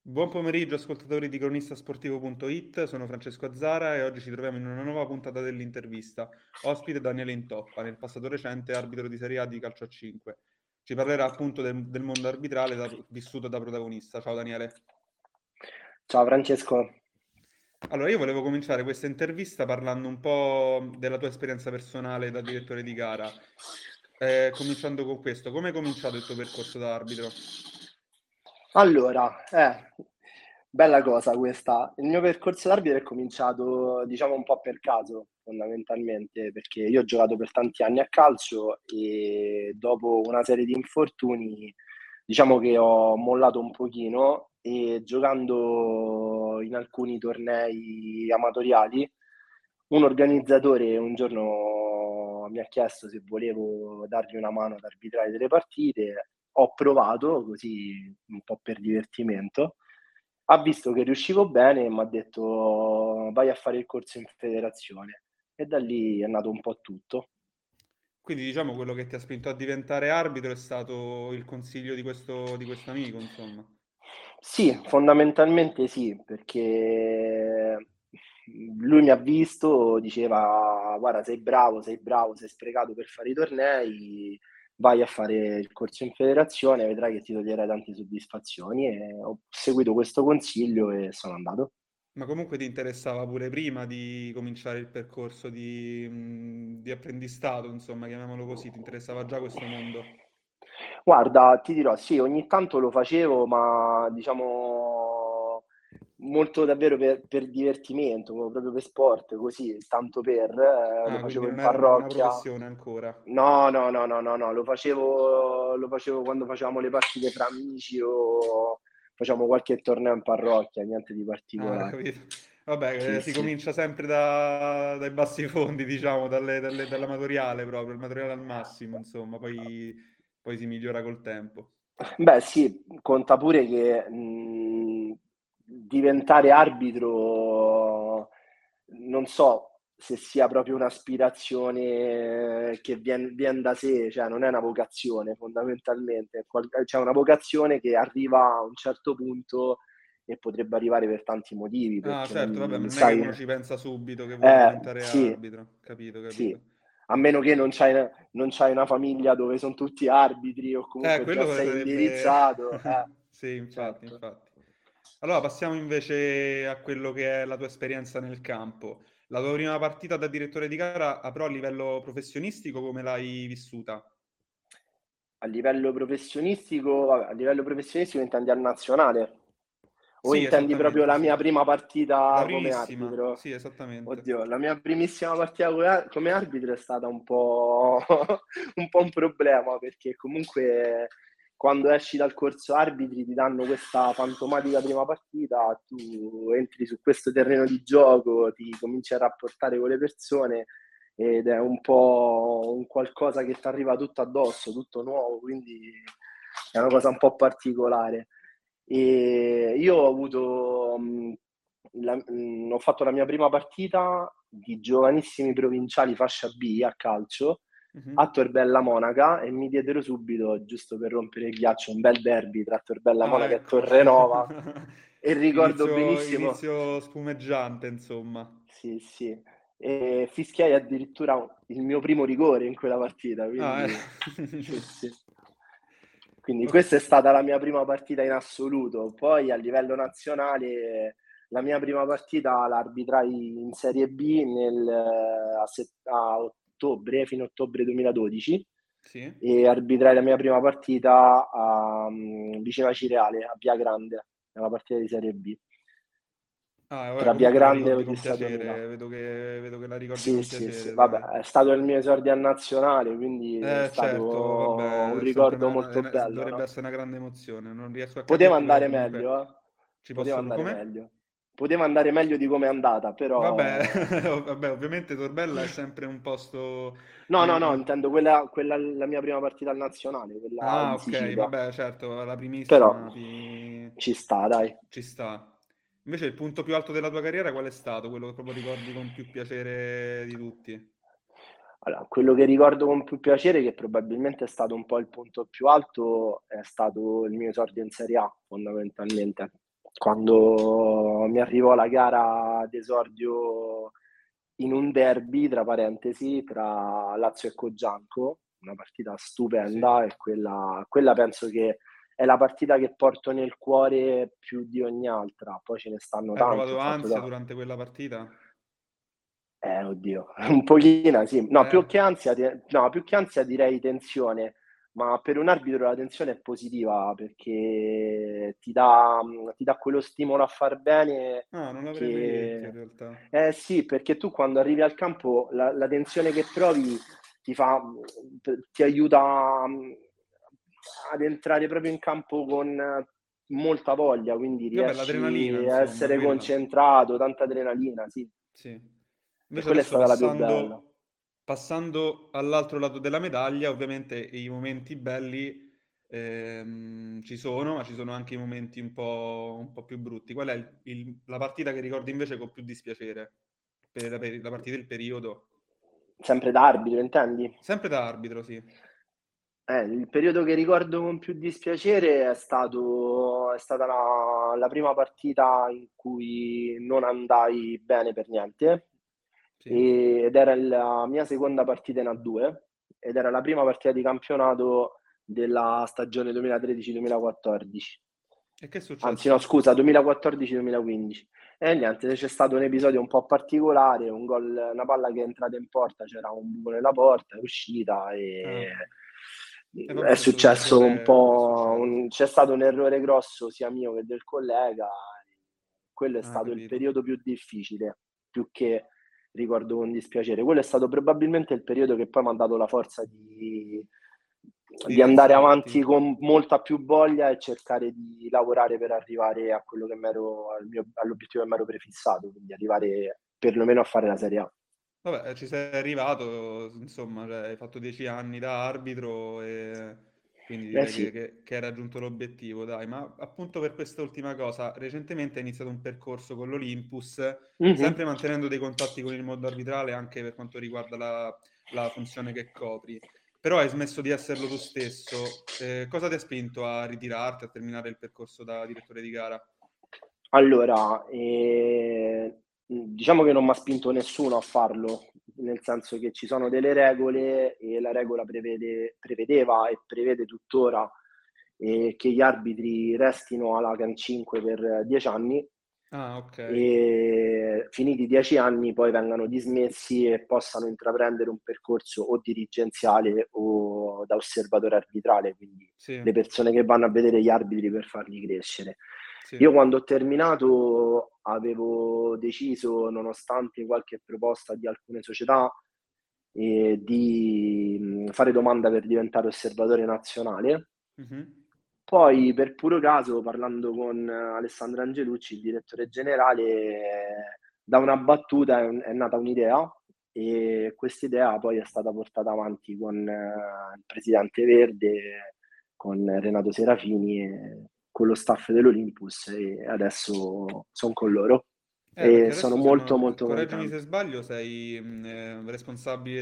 Buon pomeriggio ascoltatori di cronistasportivo.it, sono Francesco Azzara e oggi ci troviamo in una nuova puntata dell'intervista. Ospite Daniele Intoppa, nel passato recente arbitro di Serie A di calcio a 5. Ci parlerà appunto del mondo arbitrale vissuto da protagonista. Ciao Daniele. Ciao Francesco. Allora, io volevo cominciare questa intervista parlando un po' della tua esperienza personale da direttore di gara. Cominciando con questo, come hai cominciato il tuo percorso da arbitro? Allora, bella cosa questa. Il mio percorso d'arbitro è cominciato, diciamo, un po' per caso, fondamentalmente, perché io ho giocato per tanti anni a calcio e dopo una serie di infortuni, diciamo che ho mollato un pochino e giocando in alcuni tornei amatoriali, un organizzatore un giorno mi ha chiesto se volevo dargli una mano ad arbitrare delle partite. Ho provato così un po' per divertimento, ha visto che riuscivo bene e mi ha detto vai a fare il corso in federazione e da lì è nato un po' tutto. Quindi diciamo quello che ti ha spinto a diventare arbitro è stato il consiglio di questo amico, insomma. Sì, fondamentalmente sì, perché lui mi ha visto, diceva guarda sei bravo, sei sprecato per fare i tornei, vai a fare il corso in federazione, vedrai che ti toglierai tante soddisfazioni e ho seguito questo consiglio e sono andato. Ma comunque ti interessava pure prima di cominciare il percorso di apprendistato, insomma, chiamiamolo così, ti interessava già questo mondo? Guarda, ti dirò, sì, ogni tanto lo facevo, ma diciamo molto davvero per divertimento, proprio per sport, così, tanto per, lo Ah, quindi facevo in non era una parrocchia. professione ancora. No, no, no, no, no, no, lo facevo quando facevamo le partite fra amici o facevamo qualche torneo in parrocchia, niente di Ah, particolare. capito. Vabbè, Sì, si sì. comincia sempre dai bassi fondi, diciamo, dall'amatoriale proprio, il materiale al massimo, insomma, poi si migliora col tempo. Beh, sì, conta pure che diventare arbitro non so se sia proprio un'aspirazione che viene da sé, cioè non è una vocazione fondamentalmente, c'è una vocazione che arriva a un certo punto e potrebbe arrivare per tanti motivi, Ah, perché certo, vabbè, ma non è che sai, uno ci pensa subito che vuole diventare sì, arbitro, capito, sì, capito. a meno che non c'hai una famiglia dove sono tutti arbitri o comunque già Quello sei sarebbe... indirizzato, Sì, infatti, certo. infatti. Allora, passiamo invece a quello che è la tua esperienza nel campo. La tua prima partita da direttore di gara, però a livello professionistico, come l'hai vissuta? A livello professionistico intendi al nazionale? O Sì, intendi proprio esattamente, la sì. mia prima La partita come primissima, arbitro? sì, esattamente. Oddio, la mia primissima partita come arbitro è stata un po', un po' un problema, perché comunque quando esci dal corso arbitri ti danno questa fantomatica prima partita, tu entri su questo terreno di gioco, ti cominci a rapportare con le persone ed è un po' un qualcosa che ti arriva tutto addosso, tutto nuovo, quindi è una cosa un po' particolare. E io ho fatto la mia prima partita di giovanissimi provinciali fascia B a calcio a Mhm. Torbella Monaca e mi diedero subito, giusto per rompere il ghiaccio, un bel derby tra Torbella Ah, Monaca e ecco. Torrenova e ricordo Inizio, benissimo. inizio spumeggiante, insomma. Sì, sì. E fischiai addirittura il mio primo rigore in quella partita, Ah, quindi sì, sì. Quindi Ok. questa è stata la mia prima partita in assoluto. Poi a livello nazionale la mia prima partita la arbitrai in Serie B a ottobre, fino a ottobre 2012 Sì? e arbitrai la mia prima partita vicino a Cireale, a Via Grande, nella partita di Serie B, Ah, vabbè, tra Via comunque la Grande e ricordi con Odessa 2000. piacere, vedo che la ricordi Sì, con sì, sì, piacere, vabbè, dai. è stato il mio esordio a nazionale, quindi è Certo, stato un vabbè, è sempre ricordo molto bello, dovrebbe no? essere una grande emozione, non riesco a Poteva capirti, però andare meglio, comunque eh? ci Poteva posso... andare Come? meglio. Poteva andare meglio di come è andata, Vabbè, però... vabbè, ovviamente Torbella è sempre un posto... No, no, no, in- intendo quella la mia prima partita al nazionale, quella Ah, in ok, Sicilia. vabbè, certo, la Però primissima ci sta, dai. ci sta. Invece il punto più alto della tua carriera qual è stato? Quello che proprio ricordi con più piacere di tutti? Allora, quello che ricordo con più piacere, che probabilmente è stato un po' il punto più alto, è stato il mio esordio in Serie A, fondamentalmente. quando mi arrivò la gara d'esordio in un derby, tra parentesi, tra Lazio e Cogianco, una partita Sì. stupenda, e quella penso che è la partita che porto nel cuore più di ogni altra. Poi ce ne stanno Hai tante, ho provato fatto ansia da... durante quella partita? Oddio, un pochino sì. No, Eh, più che ansia direi tensione, ma per un arbitro la tensione è positiva perché ti dà quello stimolo a far bene no, non l'avrei mai detto in che... realtà. Eh sì, perché tu quando arrivi al campo la tensione che provi ti fa, ti aiuta ad entrare proprio in campo con molta voglia, quindi Vabbè, l'adrenalina, riesci a insomma, essere quella. concentrato, tanta adrenalina, sì. Sì. E Invece quella è adesso stata la più bella. passando all'altro lato della medaglia, ovviamente i momenti belli ci sono, ma ci sono anche i momenti un po' più brutti. Qual è la partita che ricordi invece con più dispiacere? Per la partita del periodo? Sempre da arbitro, intendi? Sempre da arbitro, sì. Il periodo che ricordo con più dispiacere è stata la prima partita in cui non andai bene per niente, Sì. ed era la mia seconda partita in A2 ed era la prima partita di campionato della stagione 2013-2014. E che è Anzi, no, successo? scusa, 2014-2015. E niente, c'è stato un episodio un po' particolare, un gol, una palla che è entrata in porta, c'era un buco nella porta, è uscita Ah. e E è vabbè, c'è stato un successo un errore, può po', succedere, sì. c'è stato un errore grosso sia mio che del collega. Quello è Ah, stato il capito. periodo più difficile, più che ricordo con dispiacere. Quello è stato probabilmente il periodo che poi mi ha dato la forza Di di andare rialzarti. avanti con molta più voglia e cercare di lavorare per arrivare a quello che all'obiettivo che mi ero prefissato, quindi arrivare perlomeno a fare la Serie A. Vabbè, ci sei arrivato, insomma, cioè, hai fatto 10 anni da arbitro e quindi Eh direi sì. che hai raggiunto l'obiettivo, dai. Ma appunto per quest'ultima cosa, recentemente hai iniziato un percorso con l'Olympus, Mhm. sempre mantenendo dei contatti con il mondo arbitrale anche per quanto riguarda la funzione che copri. Però hai smesso di esserlo tu stesso. Cosa ti ha spinto a ritirarti, a terminare il percorso da direttore di gara? Allora, diciamo che non mi ha spinto nessuno a farlo, nel senso che ci sono delle regole e la regola prevedeva e prevede tuttora che gli arbitri restino alla Can 5 per 10 anni Ah, ok. e finiti i 10 anni poi vengano dismessi e possano intraprendere un percorso o dirigenziale o da osservatore arbitrale, quindi Sì, le persone che vanno a vedere gli arbitri per farli crescere. sì. Io quando ho terminato avevo deciso, nonostante qualche proposta di alcune società, di fare domanda per diventare osservatore nazionale. Mhm. Poi, per puro caso, parlando con Alessandro Angelucci, il direttore generale, da una battuta è nata un'idea e quest'idea poi è stata portata avanti con il presidente Verde, con Renato Serafini e con lo staff dell'Olympus e adesso sono con loro Perché e sono adesso, se molto non, molto correggimi se contento. sbaglio, sei responsabile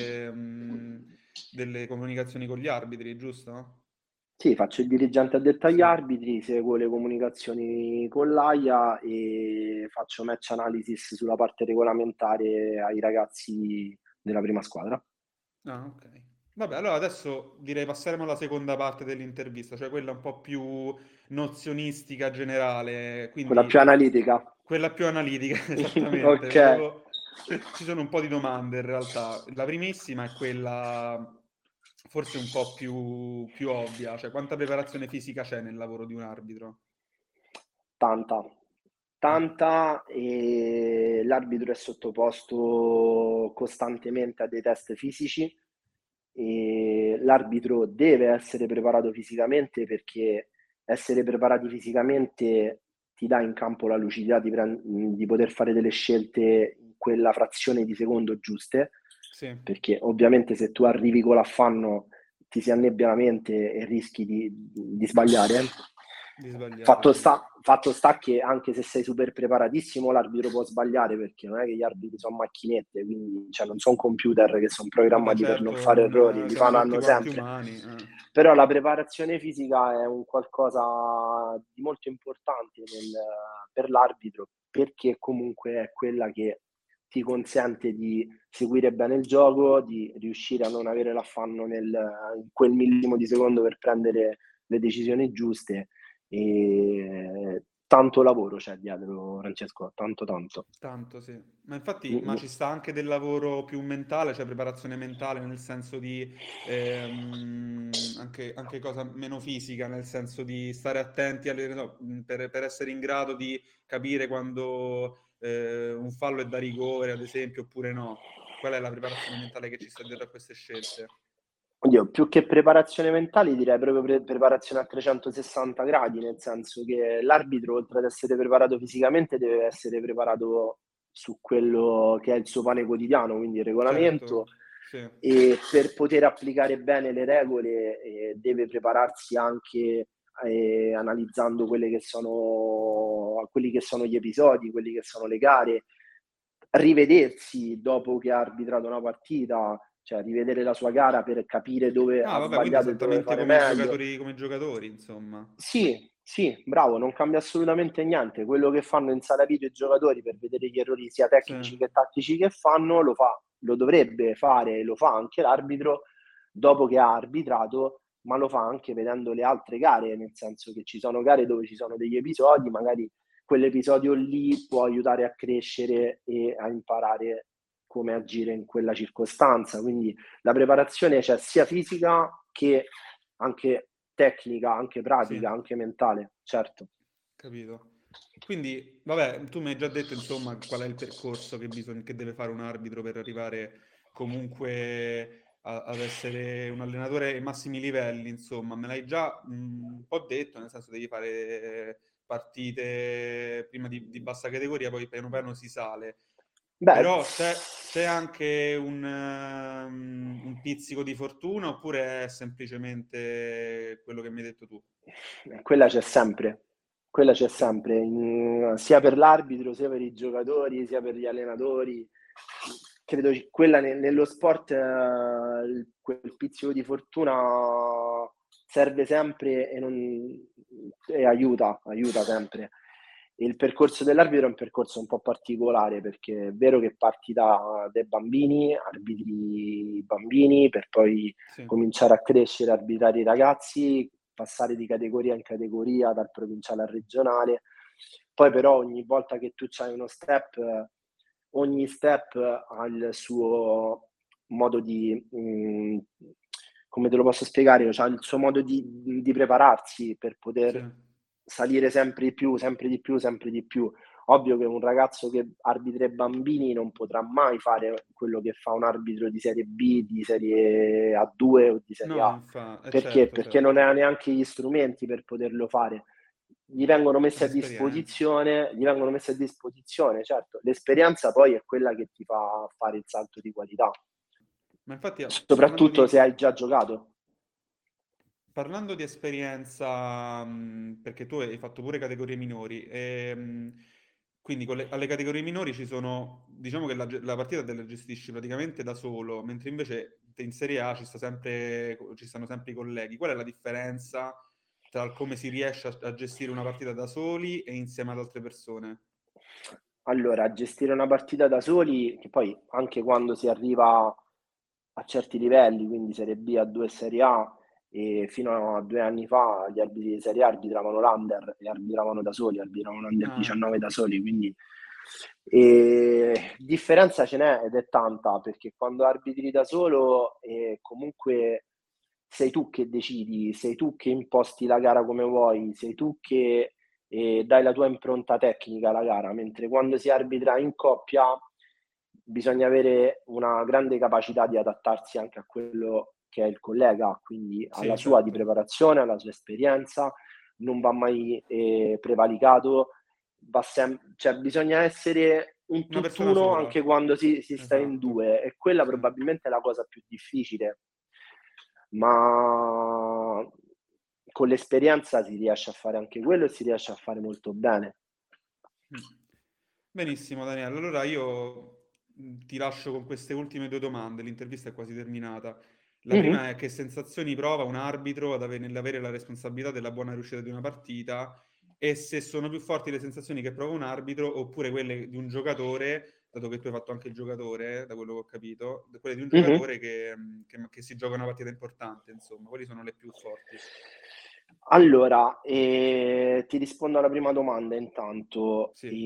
delle comunicazioni con gli arbitri, giusto? Sì, faccio il dirigente addetto agli Sì. arbitri, seguo le comunicazioni con l'AIA e faccio match analysis sulla parte regolamentare ai ragazzi della prima squadra. Ah, ok. Vabbè, allora adesso direi passeremo alla seconda parte dell'intervista, cioè quella un po' più nozionistica, generale, Quella più quindi analitica. quella più analitica, esattamente. Ok. Ci sono un po' di domande in realtà. La primissima è quella forse un po' più ovvia, cioè quanta preparazione fisica c'è nel lavoro di un arbitro? Tanta, Eh, tanta, e l'arbitro è sottoposto costantemente a dei test fisici e l'arbitro deve essere preparato fisicamente perché essere preparati fisicamente ti dà in campo la lucidità di poter fare delle scelte in quella frazione di secondo giuste, sì, perché ovviamente se tu arrivi con l'affanno ti si annebbia la mente e rischi di sbagliare. di sbagliare, sì. Fatto sta che anche se sei super preparatissimo, l'arbitro può sbagliare, perché non è che gli arbitri sono macchinette, quindi cioè, non sono computer che sono Vabbè, programmati per non certo, fare errori, li siamo tutti faranno quanti sempre. umani. Però la preparazione fisica è un qualcosa di molto importante per l'arbitro, perché comunque è quella che ti consente di seguire bene il gioco, di riuscire a non avere l'affanno in quel millesimo di secondo per prendere le decisioni giuste. E tanto lavoro c'è dietro, Francesco, tanto tanto. Tanto sì, ma infatti, ma Mm-mm. ci sta anche del lavoro più mentale, cioè preparazione mentale, nel senso di anche cosa meno fisica, nel senso di stare attenti no, per essere in grado di capire quando un fallo è da rigore, ad esempio, oppure no. Qual è la preparazione mentale che ci sta dietro a queste scelte? Oddio, più che preparazione mentale, direi proprio preparazione a 360 gradi, nel senso che l'arbitro, oltre ad essere preparato fisicamente, deve essere preparato su quello che è il suo pane quotidiano, quindi il regolamento, Certo, sì, e per poter applicare bene le regole deve prepararsi anche analizzando quelli che sono gli episodi, quelli che sono le gare, rivedersi dopo che ha arbitrato una partita, cioè rivedere la sua gara per capire dove ah, ha vabbè, quindi sbagliato e dove esattamente fare meglio. come i giocatori, insomma. Sì, sì, bravo, non cambia assolutamente niente. Quello che fanno in sala video i giocatori per vedere gli errori sia Sì, tecnici che tattici che fanno, lo dovrebbe fare e lo fa anche l'arbitro dopo che ha arbitrato, ma lo fa anche vedendo le altre gare, nel senso che ci sono gare dove ci sono degli episodi, magari quell'episodio lì può aiutare a crescere e a imparare come agire in quella circostanza. Quindi la preparazione c'è sia fisica che anche tecnica, anche sì. pratica, anche mentale, certo. Capito. Quindi, vabbè, tu mi hai già detto, insomma, qual è il percorso che deve fare un arbitro per arrivare comunque ad essere un allenatore ai massimi livelli, insomma, me l'hai già un po' detto, nel senso devi fare partite prima di bassa categoria, poi piano piano si sale. Beh, Però c'è anche un pizzico di fortuna oppure è semplicemente quello che mi hai detto tu? quella c'è sempre, quella c'è Sì, sempre, sia per l'arbitro, sia per i giocatori, sia per gli allenatori. Credo che quella nello sport, quel pizzico di fortuna serve sempre e aiuta sempre. Il percorso dell'arbitro è un percorso un po' particolare, perché è vero che parti dai bambini, arbitri i bambini, per poi sì. cominciare a crescere, arbitrare i ragazzi, passare di categoria in categoria, dal provinciale al regionale. Poi però ogni volta che tu hai uno step, ogni step ha il suo modo come te lo posso spiegare, c'ha il suo modo di prepararsi per Sì. poter salire sempre di più, sempre di più, sempre di più. Ovvio che un ragazzo che arbitra i bambini non potrà mai fare quello che fa un arbitro di serie B, di serie A2 o di serie No, A. infatti, Perché? certo, Perché non certo. ha neanche gli strumenti per poterlo fare. L'esperienza. Gli vengono messe a disposizione, certo. L'esperienza poi è quella che ti fa fare il salto di qualità, Ma infatti, soprattutto se hai già giocato. parlando di esperienza, perché tu hai fatto pure categorie minori, quindi alle categorie minori ci sono, diciamo che la partita te la gestisci praticamente da solo, mentre invece in Serie A ci stanno sempre i colleghi. Qual è la differenza tra il come si riesce a gestire una partita da soli e insieme ad altre persone? Allora, gestire una partita da soli, che poi anche quando si arriva a certi livelli, quindi Serie B, A2 e Serie A, e fino a 2 anni fa gli arbitri di Serie A arbitravano l'Under e arbitravano da soli, arbitravano Under Ah, 19 ecco, da soli, quindi differenza ce n'è ed è tanta, perché quando arbitri da solo comunque sei tu che decidi, sei tu che imposti la gara come vuoi, sei tu che dai la tua impronta tecnica alla gara, mentre quando si arbitra in coppia bisogna avere una grande capacità di adattarsi anche a quello che è il collega, quindi sì, alla sua di certo. preparazione, alla sua esperienza, non va mai prevalicato, cioè bisogna essere un Una persona tutt'uno sola, anche quando si sta in esatto. due, e quella Sì. probabilmente è la cosa più difficile, ma con l'esperienza si riesce a fare anche quello e si riesce a fare molto bene. Benissimo, Daniele. Allora io ti lascio con queste ultime due domande, l'intervista è quasi terminata. La Mhm. prima è: che sensazioni prova un arbitro nell'avere la responsabilità della buona riuscita di una partita, e se sono più forti le sensazioni che prova un arbitro oppure quelle di un giocatore, dato che tu hai fatto anche il giocatore, da quello che ho capito, quelle di un Mhm. giocatore che si gioca una partita importante, insomma, quali sono le più forti? Allora, ti rispondo alla prima domanda intanto. Sì,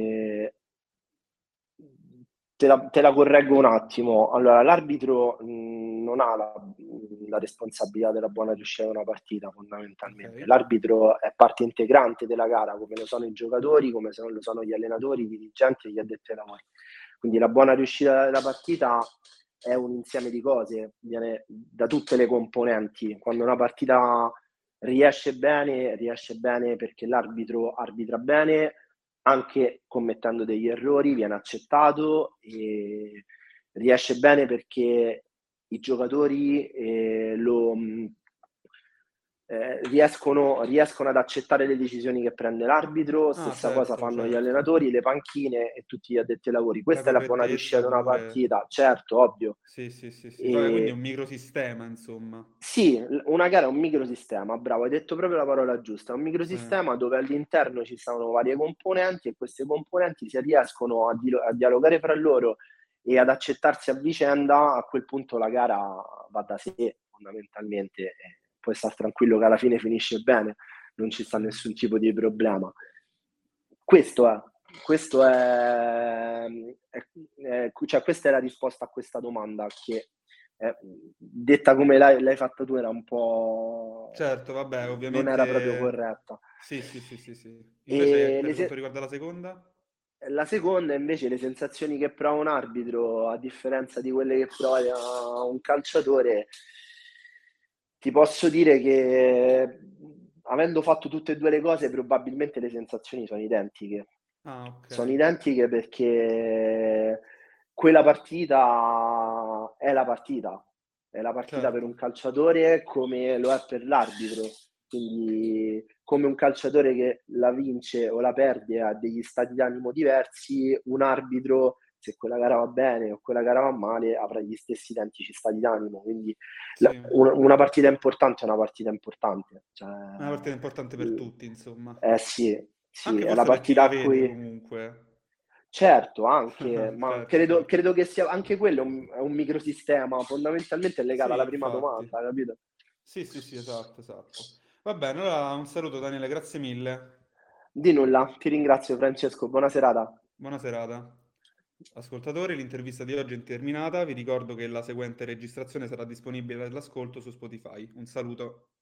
Te la correggo un attimo. Allora, l'arbitro non ha la responsabilità della buona riuscita di una partita, ok, fondamentalmente. L'arbitro è parte integrante della gara, come lo sono i giocatori, come lo sono gli allenatori, i dirigenti e gli addetti ai lavori. Quindi la buona riuscita della partita è un insieme di cose, viene da tutte le componenti. Quando una partita riesce bene perché l'arbitro arbitra bene, anche commettendo degli errori, viene accettato e riesce bene perché i giocatori riescono ad accettare le decisioni che prende l'arbitro, ah stessa cosa certo, fanno gli certo, allenatori, le panchine e tutti gli addetti ai lavori. la Questa è la buona riuscita correttezza di una pure. partita, certo, ovvio. Sì, sì, sì, sì. Vabbè, quindi è un E microsistema, insomma. sì, una gara è un microsistema, bravo, hai detto proprio la parola giusta, è un Sì. microsistema dove all'interno ci sono varie componenti e queste componenti si riescono a dialogare fra loro e ad accettarsi a vicenda, a quel punto la gara va da sé, fondamentalmente, e puoi stare tranquillo che alla fine finisce bene, non ci sta Sì. nessun tipo di problema. Questo è, cioè questa è la risposta a questa domanda che detta come l'hai fatta tu era un po', Certo, vabbè, non era proprio ovviamente. corretta. Sì, sì, sì, sì, sì. Invece, E per quanto riguarda la seconda? la seconda invece, le sensazioni che prova un arbitro, a differenza di quelle che prova un calciatore, ti posso dire che avendo fatto tutte e due le cose, probabilmente le sensazioni sono identiche. Ah, ok. Sono identiche perché quella partita è la partita. È la partita per Certo. un calciatore come lo è per l'arbitro. Quindi, come un calciatore che la vince o la perde ha degli stati d'animo diversi, un arbitro, se quella gara va bene o quella gara va male, avrà gli stessi identici stati d'animo. Quindi, Sì. una partita importante è una partita importante. Cioè, È una partita importante per tutti, insomma. sì, sì, Anche è la forse per chi la partita a vede, cui. comunque. Certo, anche, ma Certo, credo, certo. credo che sia anche quello un microsistema, fondamentalmente è legato Sì, alla prima infatti. domanda, capito? Sì, sì, sì, esatto, esatto. Va bene, allora un saluto, Daniele, grazie mille. Di nulla, ti ringrazio Francesco, buona serata. Buona serata. Ascoltatori, l'intervista di oggi è terminata. Vi ricordo che la seguente registrazione sarà disponibile all'ascolto su Spotify. Un saluto.